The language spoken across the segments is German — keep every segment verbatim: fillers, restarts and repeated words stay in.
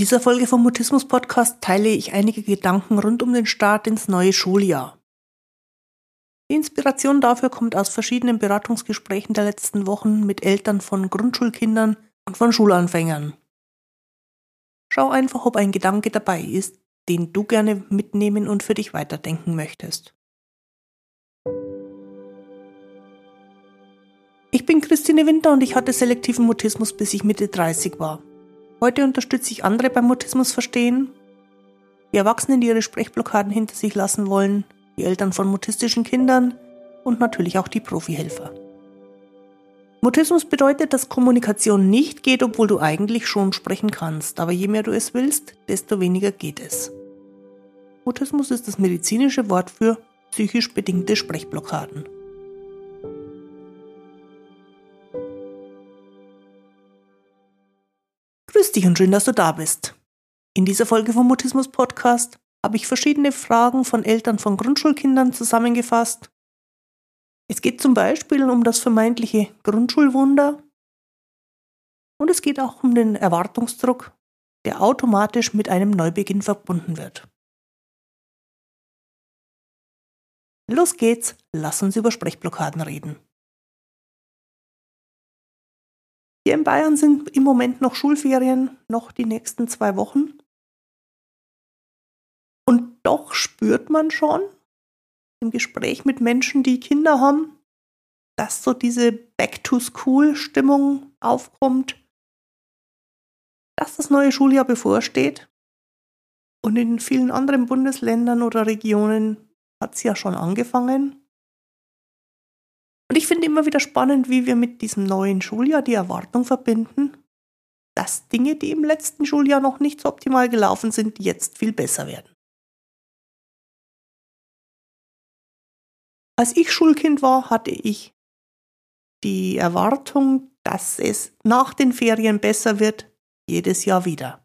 In dieser Folge vom Mutismus-Podcast teile ich einige Gedanken rund um den Start ins neue Schuljahr. Die Inspiration dafür kommt aus verschiedenen Beratungsgesprächen der letzten Wochen mit Eltern von Grundschulkindern und von Schulanfängern. Schau einfach, ob ein Gedanke dabei ist, den du gerne mitnehmen und für dich weiterdenken möchtest. Ich bin Christine Winter und ich hatte selektiven Mutismus, bis ich Mitte dreißig war. Heute unterstütze ich andere beim Mutismus verstehen, die Erwachsenen, die ihre Sprechblockaden hinter sich lassen wollen, die Eltern von mutistischen Kindern und natürlich auch die Profihelfer. Mutismus bedeutet, dass Kommunikation nicht geht, obwohl du eigentlich schon sprechen kannst, aber je mehr du es willst, desto weniger geht es. Mutismus ist das medizinische Wort für psychisch bedingte Sprechblockaden. Grüß dich und schön, dass du da bist. In dieser Folge vom Mutismus-Podcast habe ich verschiedene Fragen von Eltern von Grundschulkindern zusammengefasst. Es geht zum Beispiel um das vermeintliche Grundschulwunder und es geht auch um den Erwartungsdruck, der automatisch mit einem Neubeginn verbunden wird. Los geht's, lass uns über Sprechblockaden reden. Hier in Bayern sind im Moment noch Schulferien, noch die nächsten zwei Wochen. Und doch spürt man schon im Gespräch mit Menschen, die Kinder haben, dass so diese Back-to-School-Stimmung aufkommt, dass das neue Schuljahr bevorsteht. Und in vielen anderen Bundesländern oder Regionen hat es ja schon angefangen. Und ich finde immer wieder spannend, wie wir mit diesem neuen Schuljahr die Erwartung verbinden, dass Dinge, die im letzten Schuljahr noch nicht so optimal gelaufen sind, jetzt viel besser werden. Als ich Schulkind war, hatte ich die Erwartung, dass es nach den Ferien besser wird, jedes Jahr wieder.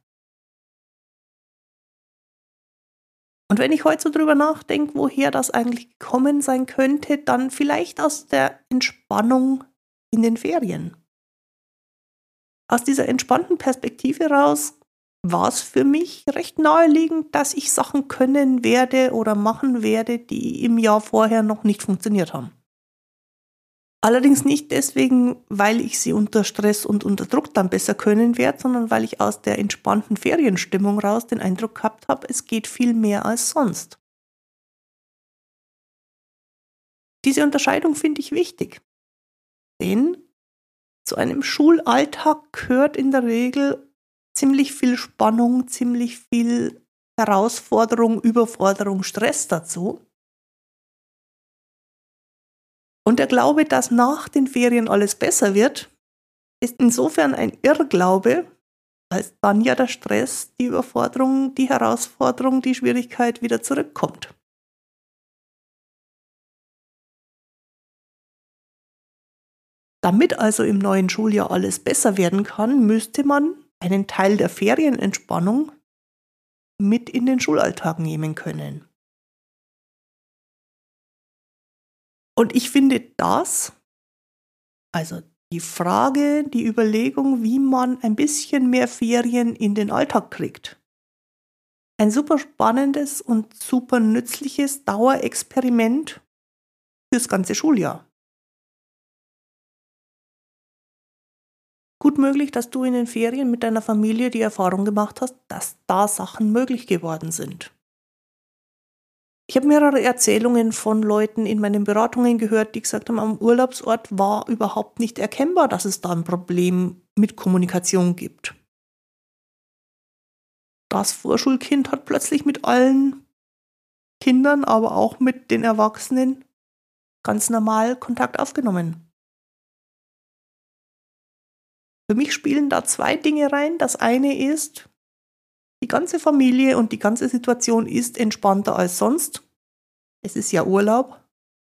Und wenn ich heute so drüber nachdenke, woher das eigentlich gekommen sein könnte, dann vielleicht aus der Entspannung in den Ferien. Aus dieser entspannten Perspektive raus war es für mich recht naheliegend, dass ich Sachen können werde oder machen werde, die im Jahr vorher noch nicht funktioniert haben. Allerdings nicht deswegen, weil ich sie unter Stress und unter Druck dann besser können werde, sondern weil ich aus der entspannten Ferienstimmung raus den Eindruck gehabt habe, es geht viel mehr als sonst. Diese Unterscheidung finde ich wichtig, denn zu einem Schulalltag gehört in der Regel ziemlich viel Spannung, ziemlich viel Herausforderung, Überforderung, Stress dazu. Und der Glaube, dass nach den Ferien alles besser wird, ist insofern ein Irrglaube, als dann ja der Stress, die Überforderung, die Herausforderung, die Schwierigkeit wieder zurückkommt. Damit also im neuen Schuljahr alles besser werden kann, müsste man einen Teil der Ferienentspannung mit in den Schulalltag nehmen können. Und ich finde das, also die Frage, die Überlegung, wie man ein bisschen mehr Ferien in den Alltag kriegt, ein super spannendes und super nützliches Dauerexperiment fürs ganze Schuljahr. Gut möglich, dass du in den Ferien mit deiner Familie die Erfahrung gemacht hast, dass da Sachen möglich geworden sind. Ich habe mehrere Erzählungen von Leuten in meinen Beratungen gehört, die gesagt haben, am Urlaubsort war überhaupt nicht erkennbar, dass es da ein Problem mit Kommunikation gibt. Das Vorschulkind hat plötzlich mit allen Kindern, aber auch mit den Erwachsenen ganz normal Kontakt aufgenommen. Für mich spielen da zwei Dinge rein. Das eine ist, die ganze Familie und die ganze Situation ist entspannter als sonst. Es ist ja Urlaub.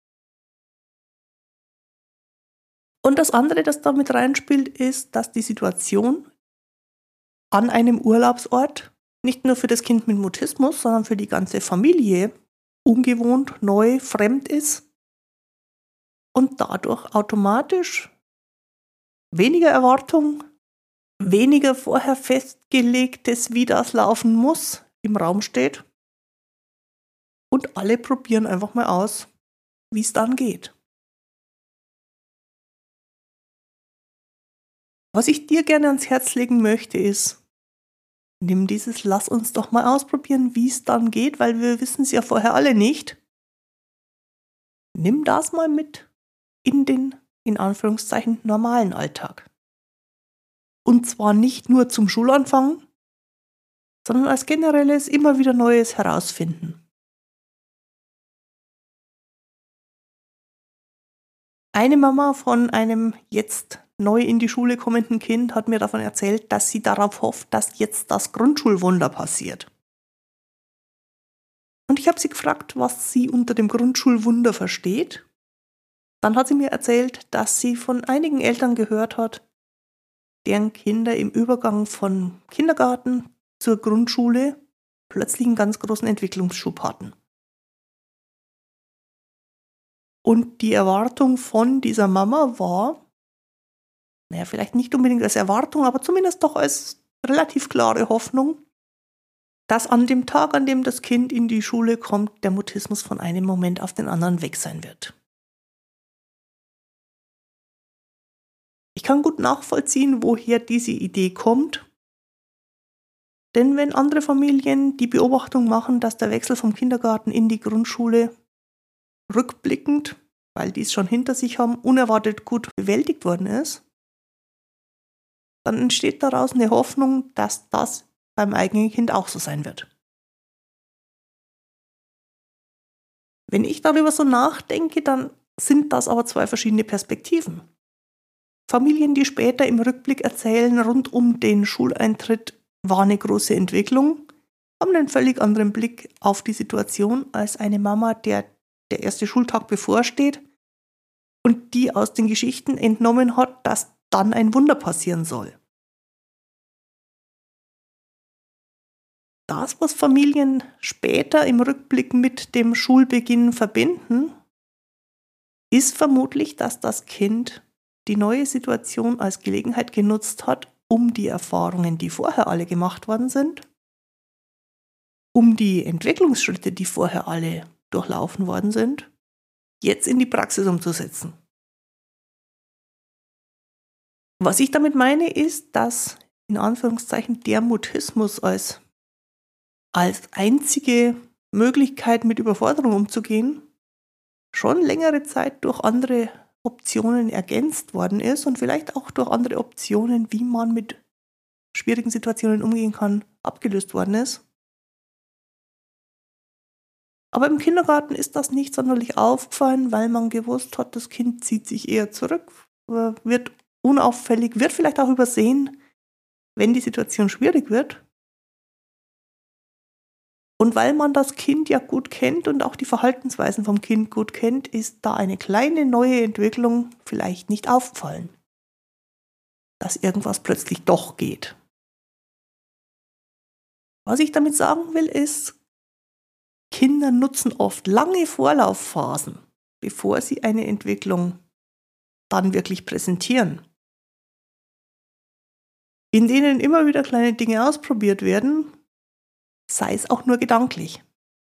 Und das andere, das da mit reinspielt, ist, dass die Situation an einem Urlaubsort nicht nur für das Kind mit Mutismus, sondern für die ganze Familie ungewohnt, neu, fremd ist und dadurch automatisch weniger Erwartung, weniger vorher festgelegtes, wie das laufen muss, im Raum steht. Und alle probieren einfach mal aus, wie es dann geht. Was ich dir gerne ans Herz legen möchte, ist, nimm dieses Lass uns doch mal ausprobieren, wie es dann geht, weil wir wissen es ja vorher alle nicht. Nimm das mal mit in den, in Anführungszeichen, normalen Alltag. Und zwar nicht nur zum Schulanfang, sondern als generelles immer wieder Neues herausfinden. Eine Mama von einem jetzt neu in die Schule kommenden Kind hat mir davon erzählt, dass sie darauf hofft, dass jetzt das Grundschulwunder passiert. Und ich habe sie gefragt, was sie unter dem Grundschulwunder versteht. Dann hat sie mir erzählt, dass sie von einigen Eltern gehört hat, deren Kinder im Übergang von Kindergarten zur Grundschule plötzlich einen ganz großen Entwicklungsschub hatten. Und die Erwartung von dieser Mama war, naja, vielleicht nicht unbedingt als Erwartung, aber zumindest doch als relativ klare Hoffnung, dass an dem Tag, an dem das Kind in die Schule kommt, der Mutismus von einem Moment auf den anderen weg sein wird. Ich kann gut nachvollziehen, woher diese Idee kommt. Denn wenn andere Familien die Beobachtung machen, dass der Wechsel vom Kindergarten in die Grundschule rückblickend, weil die es schon hinter sich haben, unerwartet gut bewältigt worden ist, dann entsteht daraus eine Hoffnung, dass das beim eigenen Kind auch so sein wird. Wenn ich darüber so nachdenke, dann sind das aber zwei verschiedene Perspektiven. Familien, die später im Rückblick erzählen, rund um den Schuleintritt war eine große Entwicklung, haben einen völlig anderen Blick auf die Situation als eine Mama, der der erste Schultag bevorsteht und die aus den Geschichten entnommen hat, dass dann ein Wunder passieren soll. Das, was Familien später im Rückblick mit dem Schulbeginn verbinden, ist vermutlich, dass das Kind die neue Situation als Gelegenheit genutzt hat, um die Erfahrungen, die vorher alle gemacht worden sind, um die Entwicklungsschritte, die vorher alle durchlaufen worden sind, jetzt in die Praxis umzusetzen. Was ich damit meine, ist, dass in Anführungszeichen der Mutismus als, als einzige Möglichkeit, mit Überforderung umzugehen, schon längere Zeit durch andere Optionen ergänzt worden ist und vielleicht auch durch andere Optionen, wie man mit schwierigen Situationen umgehen kann, abgelöst worden ist. Aber im Kindergarten ist das nicht sonderlich aufgefallen, weil man gewusst hat, das Kind zieht sich eher zurück, wird unauffällig, wird vielleicht auch übersehen, wenn die Situation schwierig wird. Und weil man das Kind ja gut kennt und auch die Verhaltensweisen vom Kind gut kennt, ist da eine kleine neue Entwicklung vielleicht nicht aufgefallen. Dass irgendwas plötzlich doch geht. Was ich damit sagen will, ist, Kinder nutzen oft lange Vorlaufphasen, bevor sie eine Entwicklung dann wirklich präsentieren, in denen immer wieder kleine Dinge ausprobiert werden, sei es auch nur gedanklich.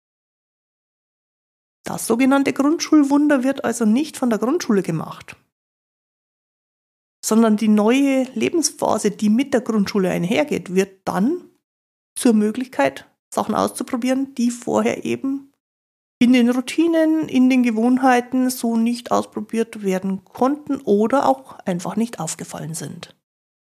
Das sogenannte Grundschulwunder wird also nicht von der Grundschule gemacht, sondern die neue Lebensphase, die mit der Grundschule einhergeht, wird dann zur Möglichkeit, Sachen auszuprobieren, die vorher eben in den Routinen, in den Gewohnheiten so nicht ausprobiert werden konnten oder auch einfach nicht aufgefallen sind.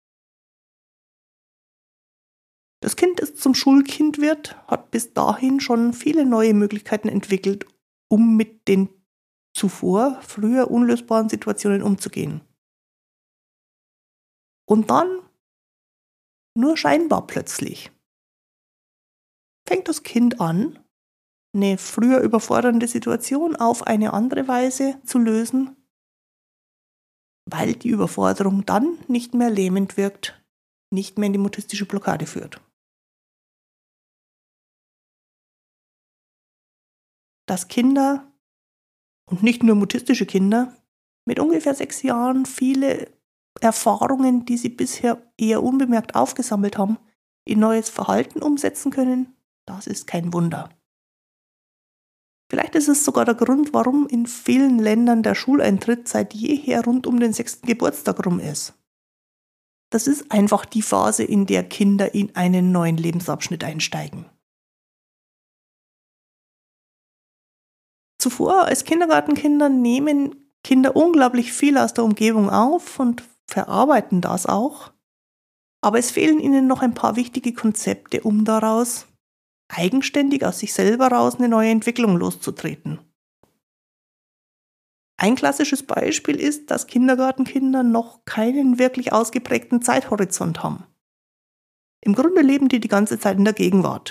Das Kind, das zum Schulkind wird, hat bis dahin schon viele neue Möglichkeiten entwickelt, um mit den zuvor früher unlösbaren Situationen umzugehen. Und dann, nur scheinbar plötzlich, fängt das Kind an, eine früher überfordernde Situation auf eine andere Weise zu lösen, weil die Überforderung dann nicht mehr lähmend wirkt, nicht mehr in die mutistische Blockade führt. Dass Kinder, und nicht nur mutistische Kinder, mit ungefähr sechs Jahren viele Erfahrungen, die sie bisher eher unbemerkt aufgesammelt haben, in neues Verhalten umsetzen können, das ist kein Wunder. Vielleicht ist es sogar der Grund, warum in vielen Ländern der Schuleintritt seit jeher rund um den sechsten Geburtstag rum ist. Das ist einfach die Phase, in der Kinder in einen neuen Lebensabschnitt einsteigen. Zuvor als Kindergartenkinder nehmen Kinder unglaublich viel aus der Umgebung auf und verarbeiten das auch. Aber es fehlen ihnen noch ein paar wichtige Konzepte, um daraus eigenständig aus sich selber raus eine neue Entwicklung loszutreten. Ein klassisches Beispiel ist, dass Kindergartenkinder noch keinen wirklich ausgeprägten Zeithorizont haben. Im Grunde leben die die ganze Zeit in der Gegenwart.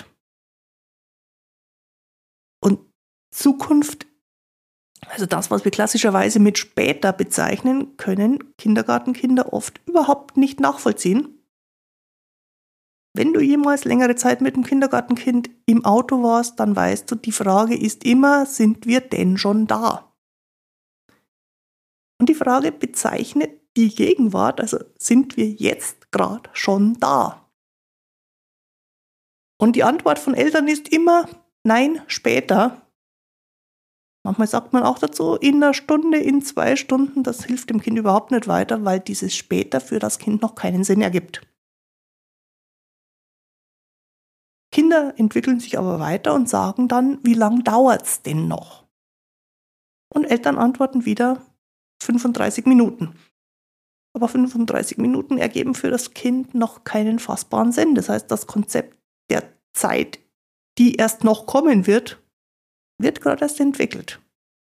Und Zukunft, also das, was wir klassischerweise mit später bezeichnen, können Kindergartenkinder oft überhaupt nicht nachvollziehen. Wenn du jemals längere Zeit mit dem Kindergartenkind im Auto warst, dann weißt du, die Frage ist immer, sind wir denn schon da? Und die Frage bezeichnet die Gegenwart, also sind wir jetzt gerade schon da? Und die Antwort von Eltern ist immer, nein, später. Manchmal sagt man auch dazu, in einer Stunde, in zwei Stunden, das hilft dem Kind überhaupt nicht weiter, weil dieses später für das Kind noch keinen Sinn ergibt. Kinder entwickeln sich aber weiter und sagen dann, wie lange dauert es denn noch? Und Eltern antworten wieder, fünfunddreißig Minuten. Aber fünfunddreißig Minuten ergeben für das Kind noch keinen fassbaren Sinn. Das heißt, das Konzept der Zeit, die erst noch kommen wird, wird gerade erst entwickelt.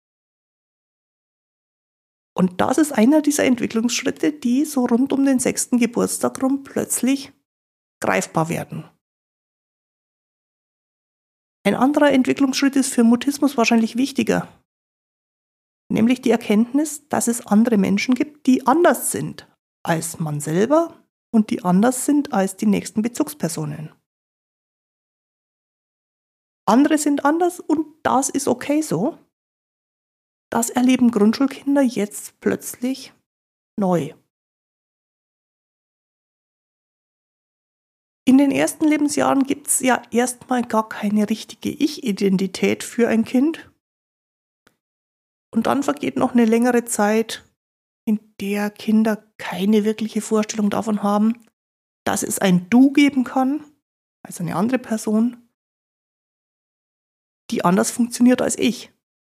Und das ist einer dieser Entwicklungsschritte, die so rund um den sechsten Geburtstag rum plötzlich greifbar werden. Ein anderer Entwicklungsschritt ist für Mutismus wahrscheinlich wichtiger, nämlich die Erkenntnis, dass es andere Menschen gibt, die anders sind als man selber und die anders sind als die nächsten Bezugspersonen. Andere sind anders und das ist okay so. Das erleben Grundschulkinder jetzt plötzlich neu. In den ersten Lebensjahren gibt es ja erstmal gar keine richtige Ich-Identität für ein Kind. Und dann vergeht noch eine längere Zeit, in der Kinder keine wirkliche Vorstellung davon haben, dass es ein Du geben kann, also eine andere Person, die anders funktioniert als ich.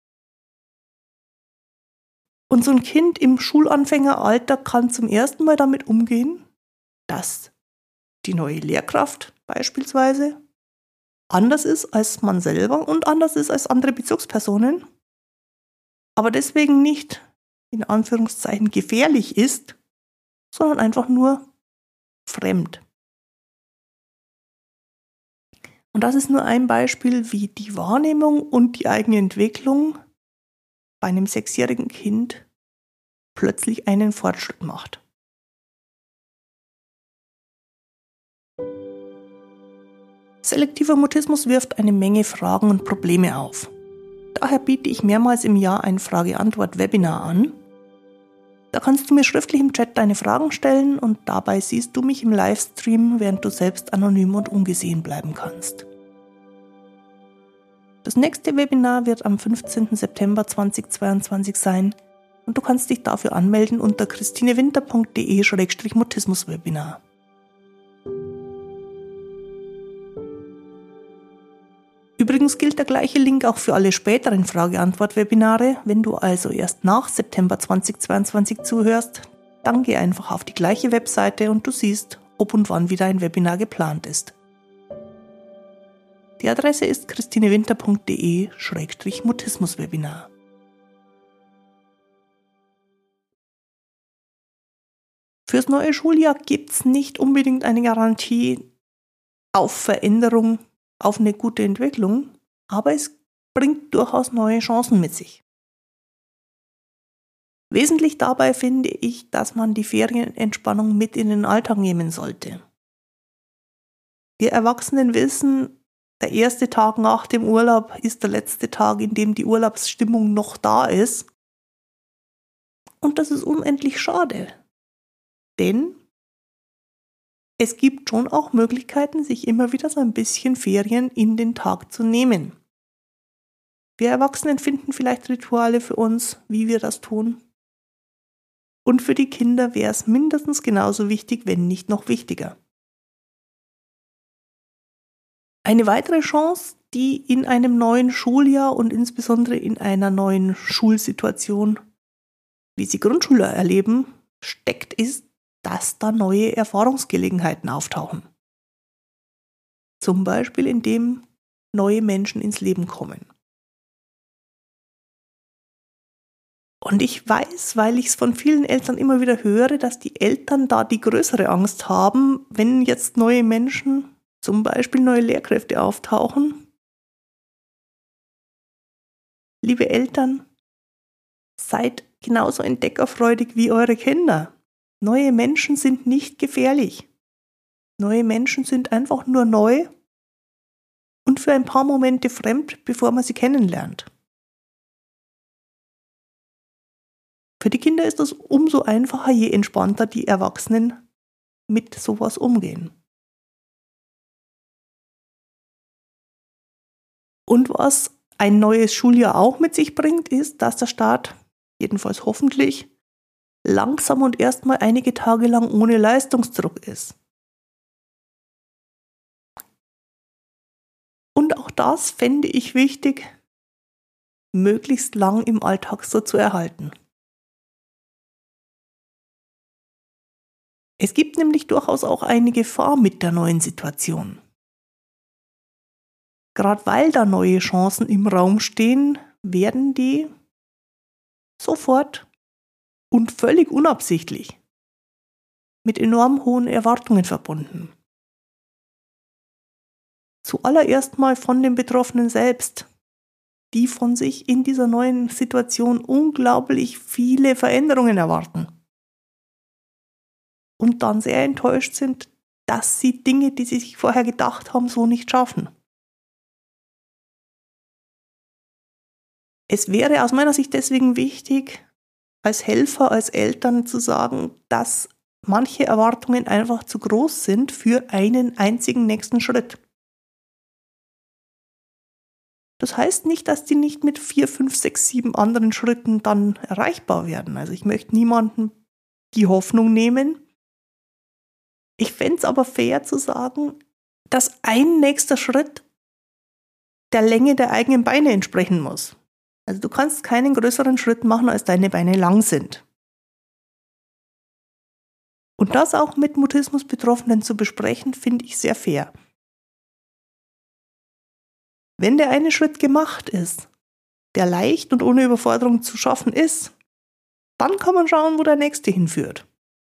Und so ein Kind im Schulanfängeralter kann zum ersten Mal damit umgehen, dass die neue Lehrkraft beispielsweise anders ist als man selber und anders ist als andere Bezugspersonen, aber deswegen nicht in Anführungszeichen gefährlich ist, sondern einfach nur fremd. Und das ist nur ein Beispiel, wie die Wahrnehmung und die eigene Entwicklung bei einem sechsjährigen Kind plötzlich einen Fortschritt macht. Selektiver Mutismus wirft eine Menge Fragen und Probleme auf. Daher biete ich mehrmals im Jahr ein Frage-Antwort-Webinar an. Da kannst du mir schriftlich im Chat deine Fragen stellen und dabei siehst du mich im Livestream, während du selbst anonym und ungesehen bleiben kannst. Das nächste Webinar wird am fünfzehnten September zweitausendzweiundzwanzig sein und du kannst dich dafür anmelden unter christinewinter punkt de slash mutismuswebinar. Übrigens gilt der gleiche Link auch für alle späteren Frage-Antwort-Webinare. Wenn du also erst nach September zweitausendzweiundzwanzig zuhörst, dann geh einfach auf die gleiche Webseite und du siehst, ob und wann wieder ein Webinar geplant ist. Die Adresse ist christinewinter punkt de slash mutismuswebinar. Fürs neue Schuljahr gibt es nicht unbedingt eine Garantie auf Veränderung, auf eine gute Entwicklung, aber es bringt durchaus neue Chancen mit sich. Wesentlich dabei finde ich, dass man die Ferienentspannung mit in den Alltag nehmen sollte. Wir Erwachsenen wissen, der erste Tag nach dem Urlaub ist der letzte Tag, in dem die Urlaubsstimmung noch da ist. Und das ist unendlich schade. Denn es gibt schon auch Möglichkeiten, sich immer wieder so ein bisschen Ferien in den Tag zu nehmen. Wir Erwachsenen finden vielleicht Rituale für uns, wie wir das tun. Und für die Kinder wäre es mindestens genauso wichtig, wenn nicht noch wichtiger. Eine weitere Chance, die in einem neuen Schuljahr und insbesondere in einer neuen Schulsituation, wie sie Grundschüler erleben, steckt, ist, dass da neue Erfahrungsgelegenheiten auftauchen. Zum Beispiel, indem neue Menschen ins Leben kommen. Und ich weiß, weil ich es von vielen Eltern immer wieder höre, dass die Eltern da die größere Angst haben, wenn jetzt neue Menschen, zum Beispiel neue Lehrkräfte auftauchen. Liebe Eltern, seid genauso entdeckerfreudig wie eure Kinder. Neue Menschen sind nicht gefährlich. Neue Menschen sind einfach nur neu und für ein paar Momente fremd, bevor man sie kennenlernt. Für die Kinder ist es umso einfacher, je entspannter die Erwachsenen mit sowas umgehen. Und was ein neues Schuljahr auch mit sich bringt, ist, dass der Staat, jedenfalls hoffentlich, langsam und erstmal einige Tage lang ohne Leistungsdruck ist. Und auch das fände ich wichtig, möglichst lang im Alltag so zu erhalten. Es gibt nämlich durchaus auch eine Gefahr mit der neuen Situation. Gerade weil da neue Chancen im Raum stehen, werden die sofort und völlig unabsichtlich mit enorm hohen Erwartungen verbunden. Zuallererst mal von den Betroffenen selbst, die von sich in dieser neuen Situation unglaublich viele Veränderungen erwarten. Und dann sehr enttäuscht sind, dass sie Dinge, die sie sich vorher gedacht haben, so nicht schaffen. Es wäre aus meiner Sicht deswegen wichtig, als Helfer, als Eltern zu sagen, dass manche Erwartungen einfach zu groß sind für einen einzigen nächsten Schritt. Das heißt nicht, dass die nicht mit vier, fünf, sechs, sieben anderen Schritten dann erreichbar werden. Also ich möchte niemandem die Hoffnung nehmen. Ich fände es aber fair zu sagen, dass ein nächster Schritt der Länge der eigenen Beine entsprechen muss. Also du kannst keinen größeren Schritt machen, als deine Beine lang sind. Und das auch mit Mutismus-Betroffenen zu besprechen, finde ich sehr fair. Wenn der eine Schritt gemacht ist, der leicht und ohne Überforderung zu schaffen ist, dann kann man schauen, wo der nächste hinführt.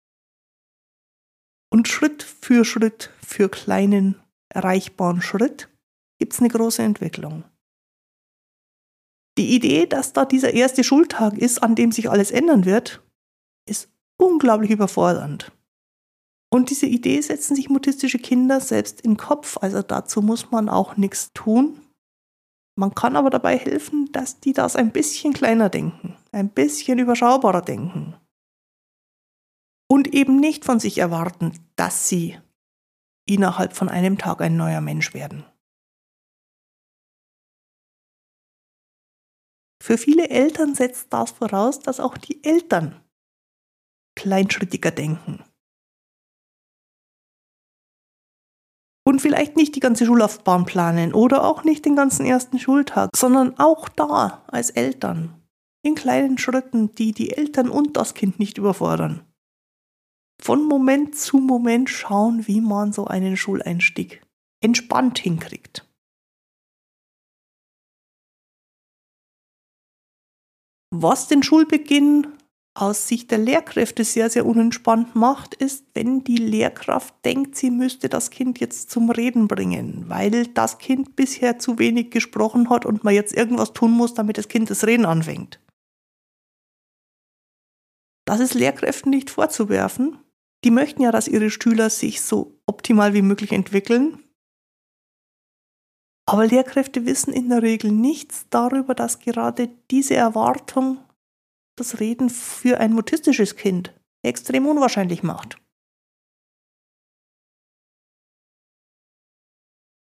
Und Schritt für Schritt, für kleinen, erreichbaren Schritt, gibt es eine große Entwicklung. Die Idee, dass da dieser erste Schultag ist, an dem sich alles ändern wird, ist unglaublich überfordernd. Und diese Idee setzen sich mutistische Kinder selbst in den Kopf, also dazu muss man auch nichts tun. Man kann aber dabei helfen, dass die das ein bisschen kleiner denken, ein bisschen überschaubarer denken. Und eben nicht von sich erwarten, dass sie innerhalb von einem Tag ein neuer Mensch werden. Für viele Eltern setzt das voraus, dass auch die Eltern kleinschrittiger denken. Und vielleicht nicht die ganze Schullaufbahn planen oder auch nicht den ganzen ersten Schultag, sondern auch da als Eltern in kleinen Schritten, die die Eltern und das Kind nicht überfordern. Von Moment zu Moment schauen, wie man so einen Schuleinstieg entspannt hinkriegt. Was den Schulbeginn aus Sicht der Lehrkräfte sehr, sehr unentspannt macht, ist, wenn die Lehrkraft denkt, sie müsste das Kind jetzt zum Reden bringen, weil das Kind bisher zu wenig gesprochen hat und man jetzt irgendwas tun muss, damit das Kind das Reden anfängt. Das ist Lehrkräften nicht vorzuwerfen. Die möchten ja, dass ihre Schüler sich so optimal wie möglich entwickeln. Aber Lehrkräfte wissen in der Regel nichts darüber, dass gerade diese Erwartung das Reden für ein mutistisches Kind extrem unwahrscheinlich macht.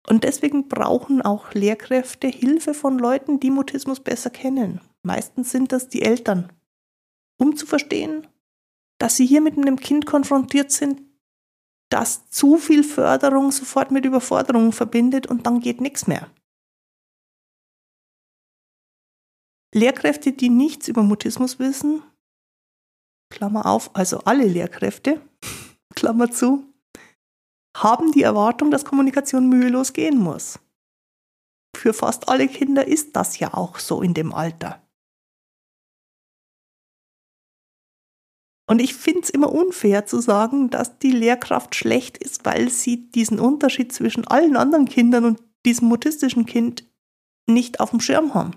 Und deswegen brauchen auch Lehrkräfte Hilfe von Leuten, die Mutismus besser kennen. Meistens sind das die Eltern, um zu verstehen, dass sie hier mit einem Kind konfrontiert sind, das zu viel Förderung sofort mit Überforderung verbindet und dann geht nichts mehr. Lehrkräfte, die nichts über Mutismus wissen, Klammer auf, also alle Lehrkräfte, Klammer zu, haben die Erwartung, dass Kommunikation mühelos gehen muss. Für fast alle Kinder ist das ja auch so in dem Alter. Und ich finde es immer unfair zu sagen, dass die Lehrkraft schlecht ist, weil sie diesen Unterschied zwischen allen anderen Kindern und diesem mutistischen Kind nicht auf dem Schirm haben.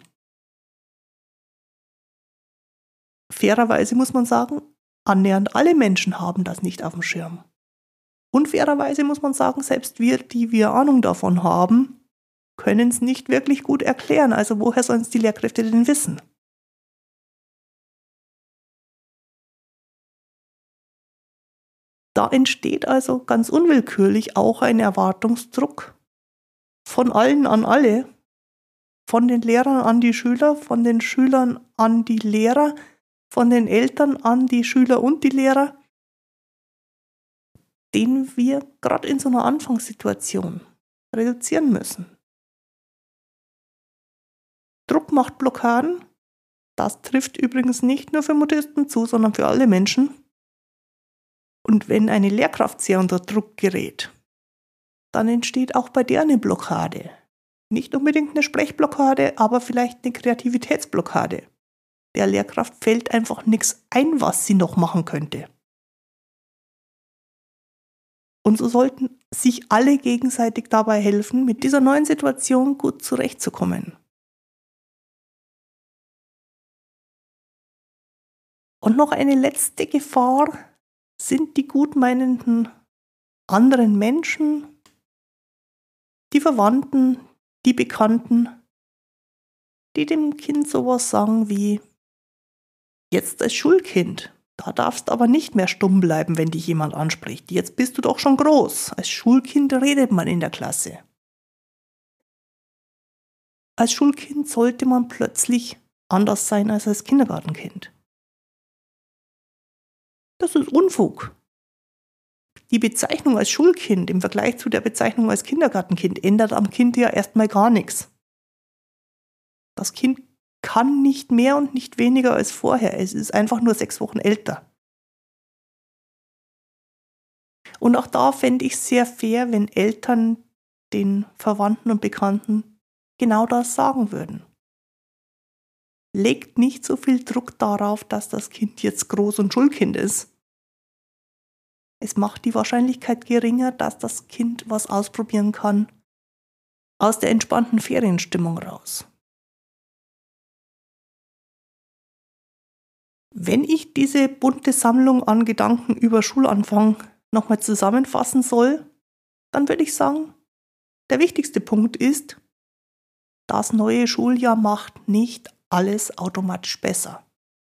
Fairerweise muss man sagen, annähernd alle Menschen haben das nicht auf dem Schirm. Unfairerweise muss man sagen, selbst wir, die wir Ahnung davon haben, können es nicht wirklich gut erklären. Also woher sollen es die Lehrkräfte denn wissen? Da entsteht also ganz unwillkürlich auch ein Erwartungsdruck von allen an alle, von den Lehrern an die Schüler, von den Schülern an die Lehrer, von den Eltern an die Schüler und die Lehrer, den wir gerade in so einer Anfangssituation reduzieren müssen. Druck macht Blockaden. Das trifft übrigens nicht nur für Mutisten zu, sondern für alle Menschen. Und wenn eine Lehrkraft sehr unter Druck gerät, dann entsteht auch bei der eine Blockade. Nicht unbedingt eine Sprechblockade, aber vielleicht eine Kreativitätsblockade. Der Lehrkraft fällt einfach nichts ein, was sie noch machen könnte. Und so sollten sich alle gegenseitig dabei helfen, mit dieser neuen Situation gut zurechtzukommen. Und noch eine letzte Gefahr sind die gutmeinenden anderen Menschen, die Verwandten, die Bekannten, die dem Kind sowas sagen wie: Jetzt als Schulkind, da darfst aber nicht mehr stumm bleiben, wenn dich jemand anspricht. Jetzt bist du doch schon groß. Als Schulkind redet man in der Klasse. Als Schulkind sollte man plötzlich anders sein als als Kindergartenkind. Das ist Unfug. Die Bezeichnung als Schulkind im Vergleich zu der Bezeichnung als Kindergartenkind ändert am Kind ja erstmal gar nichts. Das Kind kann nicht mehr und nicht weniger als vorher. Es ist einfach nur sechs Wochen älter. Und auch da fände ich es sehr fair, wenn Eltern den Verwandten und Bekannten genau das sagen würden. Legt nicht so viel Druck darauf, dass das Kind jetzt groß und Schulkind ist. Es macht die Wahrscheinlichkeit geringer, dass das Kind was ausprobieren kann aus der entspannten Ferienstimmung raus. Wenn ich diese bunte Sammlung an Gedanken über Schulanfang nochmal zusammenfassen soll, dann würde ich sagen, der wichtigste Punkt ist, das neue Schuljahr macht nicht alles automatisch besser.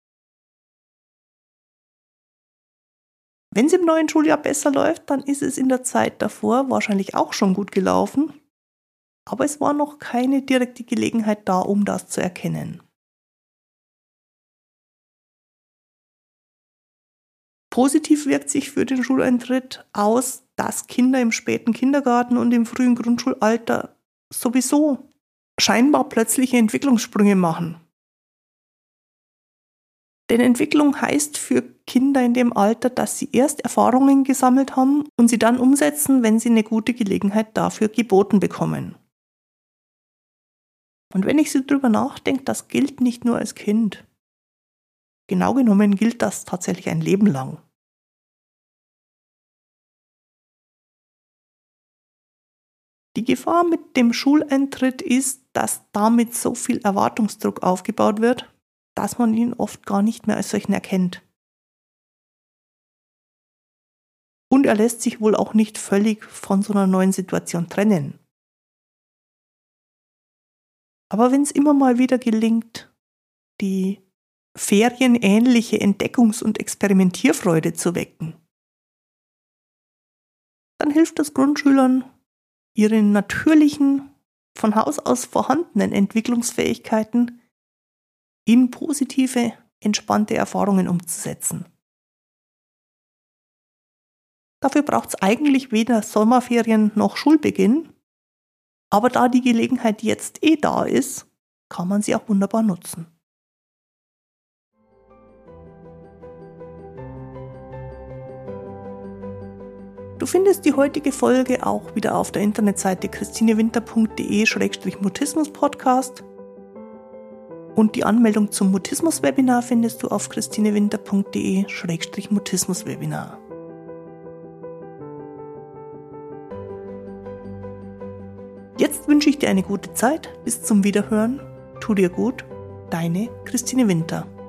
Wenn es im neuen Schuljahr besser läuft, dann ist es in der Zeit davor wahrscheinlich auch schon gut gelaufen, aber es war noch keine direkte Gelegenheit da, um das zu erkennen. Positiv wirkt sich für den Schuleintritt aus, dass Kinder im späten Kindergarten und im frühen Grundschulalter sowieso scheinbar plötzliche Entwicklungssprünge machen. Denn Entwicklung heißt für Kinder in dem Alter, dass sie erst Erfahrungen gesammelt haben und sie dann umsetzen, wenn sie eine gute Gelegenheit dafür geboten bekommen. Und wenn ich so drüber nachdenke, das gilt nicht nur als Kind. Genau genommen gilt das tatsächlich ein Leben lang. Die Gefahr mit dem Schuleintritt ist, dass damit so viel Erwartungsdruck aufgebaut wird, dass man ihn oft gar nicht mehr als solchen erkennt. Und er lässt sich wohl auch nicht völlig von so einer neuen Situation trennen. Aber wenn es immer mal wieder gelingt, die ferienähnliche Entdeckungs- und Experimentierfreude zu wecken, dann hilft das Grundschülern ihre natürlichen, von Haus aus vorhandenen Entwicklungsfähigkeiten in positive, entspannte Erfahrungen umzusetzen. Dafür braucht es eigentlich weder Sommerferien noch Schulbeginn, aber da die Gelegenheit jetzt eh da ist, kann man sie auch wunderbar nutzen. Du findest die heutige Folge auch wieder auf der Internetseite christinewinter punkt de slash mutismus-podcast und die Anmeldung zum Mutismus-Webinar findest du auf christinewinter punkt de slash mutismus-webinar. Jetzt wünsche ich dir eine gute Zeit. Bis zum Wiederhören. Tu dir gut. Deine Christine Winter.